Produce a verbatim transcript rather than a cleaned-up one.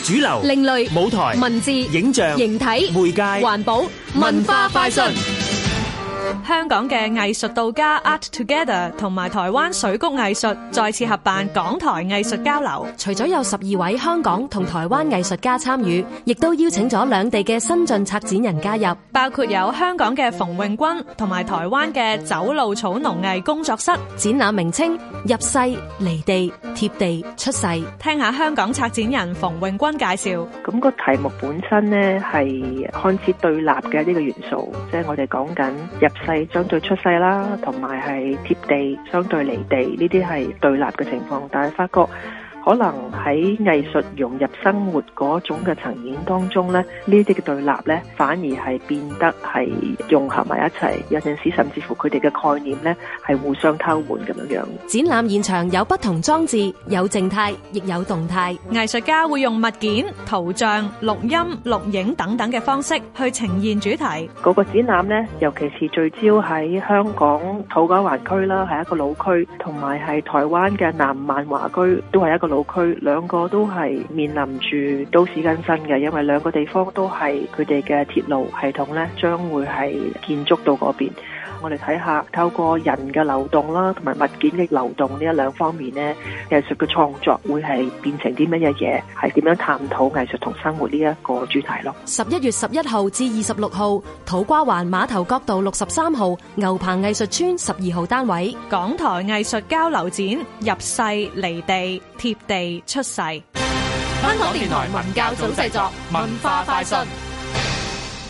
主流、 另類、 舞台、 文字、 影像、 形體、 媒介、 環保、文化快訊。 香港嘅藝術到家 Art Together 同埋台灣水谷藝術再次合辦港台藝術交流， 除咗有十二位香港同台灣藝術家參與，亦都邀請咗兩地嘅新晉策展人加入， 包括有香港嘅馮穎君同埋台灣嘅走路草農藝工作室。 展覽名稱入世離地貼地出世。 聽下香港策展人馮穎君介紹。 咁個題目本身呢係看似對立嘅呢個元素，即係我哋講緊入世相對出世啦，同埋係貼地相對離地，呢啲係對立嘅情況，但係發覺可能喺藝術融入生活嗰種嘅層面當中咧，呢啲嘅對立咧，反而係變得係融合埋一齊。有陣時甚至乎佢哋嘅概念咧係互相偷換咁樣樣。 展覽現場有不同裝置，有靜態，亦有動態。 藝術家會用物件、圖像、錄音、錄影等等嘅方式去呈現主題。 嗰個展覽咧，尤其是聚焦喺香港土瓜灣區啦，係一個老區，同埋係台灣嘅南萬華區，都係一個老區，兩個都係面臨住都市更新嘅，因為兩個地方都係佢哋嘅鐵路系統咧，將會係建築到嗰邊。我哋睇下透過人嘅流動啦，同埋物件嘅流動呢一兩方面呢，藝術嘅創作會係變成啲乜嘢嘢？係點樣探討藝術同生活呢一個主題咯？ 十一月十一號至二十六號，土瓜灣碼頭角道六十三號牛棚藝術村十二號單位， 港台藝術交流展入世離地貼地出世。 香港電台文教組製作，文化快訊。